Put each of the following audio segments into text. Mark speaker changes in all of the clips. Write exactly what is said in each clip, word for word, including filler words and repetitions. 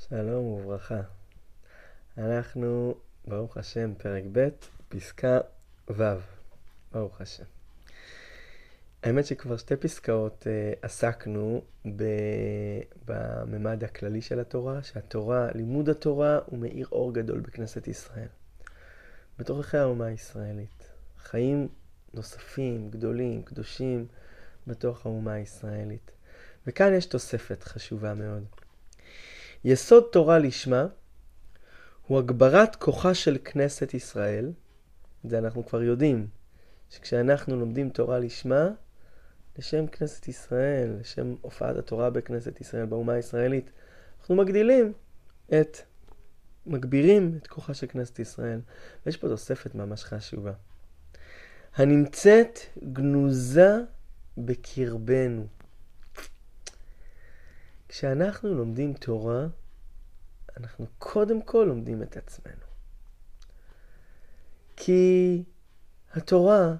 Speaker 1: שלום וברכה. אנחנו, ברוך השם, פרק ב', פסקה ו'. ברוך השם. האמת שכבר שתי פסקאות אה, עסקנו ב... בממד הכללי של התורה, שהתורה, לימוד התורה הוא מאיר אור גדול בכנסת ישראל. בתוככי האומה הישראלית. חיים נוספים, גדולים, קדושים, בתוך האומה הישראלית. וכאן יש תוספת חשובה מאוד. יסוד תורה לשמה הוא הגברת כוחה של כנסת ישראל. זה אנחנו כבר יודעים, שכשאנחנו לומדים תורה לשמה, לשם כנסת ישראל, לשם הופעת התורה בכנסת ישראל, באומה הישראלית, אנחנו מגדילים את, מגבירים את כוחה של כנסת ישראל. ויש פה תוספת ממש חשובה. הנמצאת גנוזה בקרבנו. כשאנחנו לומדים תורה, אנחנו קודם כל לומדים את עצמנו. כי התורה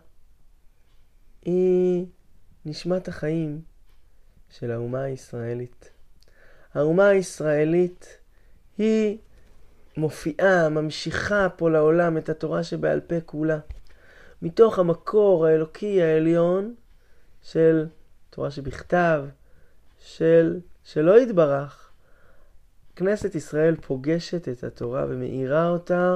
Speaker 1: היא נשמת החיים של האומה הישראלית. האומה הישראלית היא מופיעה, ממשיכה פה לעולם את התורה שבעל פה כולה. מתוך המקור האלוקי העליון של תורה שבכתב, של שלא יתברך, כנסת ישראל פוגשת את התורה ומאירה אותה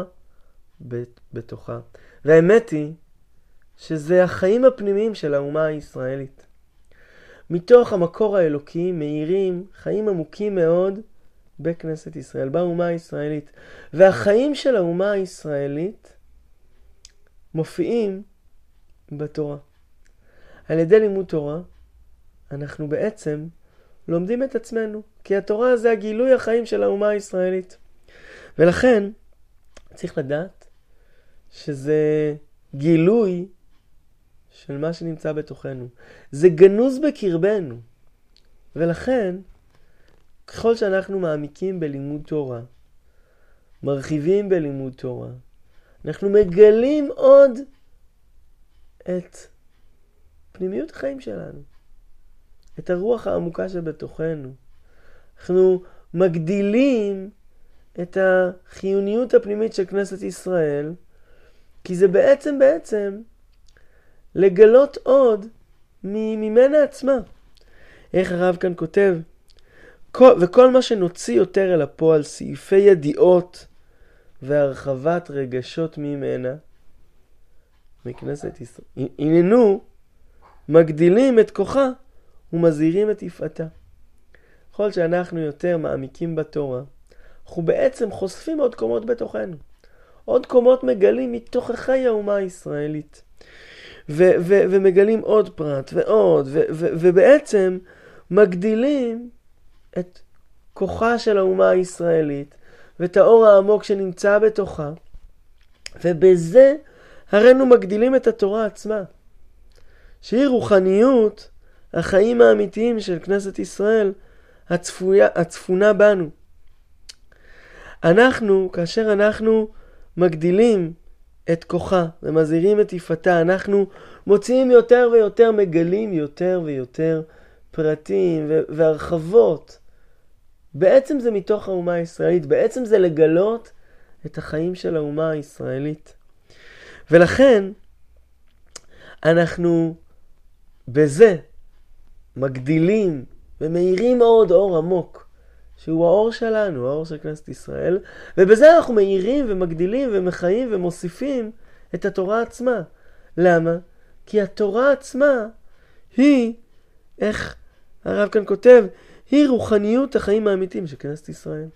Speaker 1: בתוכה. והאמת היא שזה החיים הפנימיים של האומה הישראלית. מתוך המקור האלוקי מאירים חיים עמוקים מאוד בכנסת ישראל, באומה הישראלית. והחיים של האומה הישראלית מופיעים בתורה. על ידי לימוד תורה אנחנו בעצם לומדים את עצמנו, כי התורה זה הגילוי החיים של האומה הישראלית. ולכן צריך לדעת שזה גילוי של מה שנמצא בתוכנו. זה גנוז בקרבנו. ולכן, ככל שאנחנו מעמיקים בלימוד תורה, מרחיבים בלימוד תורה, אנחנו מגלים עוד את פנימיות החיים שלנו. את הרוח העמוקה שבתוכנו. אנחנו מגדילים את החיוניות הפנימית של כנסת ישראל, כי זה בעצם בעצם לגלות עוד ממנה עצמה. איך הרב כאן כותב? וכל מה שנוציא יותר אל הפועל, סעיפי ידיעות והרחבת רגשות ממנה, מכנסת ישראל, הננו מגדילים את כוחה ומזהירים את יפעתה. ככל שאנחנו יותר מעמיקים בתורה, אנחנו בעצם חושפים עוד קומות בתוכנו. עוד קומות מגלים מתוככי האומה הישראלית. ו- ו- ומגלים עוד פרט ועוד, ו- ו- ובעצם מגדילים את כוחה של האומה הישראלית, ואת האור העמוק שנמצא בתוכה, ובזה הראינו מגדילים את התורה עצמה. שהיא רוחניות החיים האמיתיים של כנסת ישראל, הצפויה, הצפונה בנו. אנחנו, כאשר אנחנו מגדילים את כוחה ומזהירים את יפתה, אנחנו מוציאים יותר ויותר, מגלים יותר ויותר פרטים והרחבות. בעצם זה מתוך האומה הישראלית, בעצם זה לגלות את החיים של האומה הישראלית. ולכן אנחנו בזה מגדילים ומאירים עוד אור עמוק, שהוא האור שלנו, האור של כנסת ישראל, ובזה אנחנו מאירים ומגדילים ומחיים ומוסיפים את התורה עצמה. למה? כי התורה עצמה היא, איך הרב כאן כותב, היא רוחניות החיים האמיתיים של כנסת ישראל.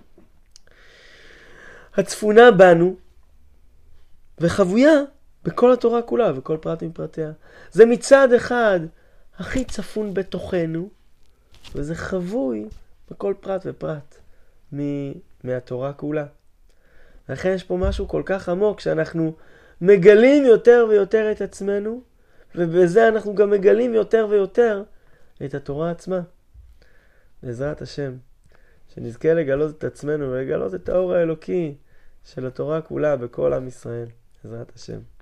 Speaker 1: הצפונה בנו וחבויה בכל התורה כולה וכל פרט מפרטיה. זה מצד אחד הכי צפון בתוכנו, וזה חבוי בכל פרט ופרט מ- מהתורה כולה. לכן יש פה משהו כל כך עמוק, שאנחנו מגלים יותר ויותר את עצמנו, ובזה אנחנו גם מגלים יותר ויותר את התורה עצמה. בעזרת השם, שנזכה לגלות את עצמנו ולגלות את האור האלוקי של התורה כולה בכל עם ישראל. בעזרת השם.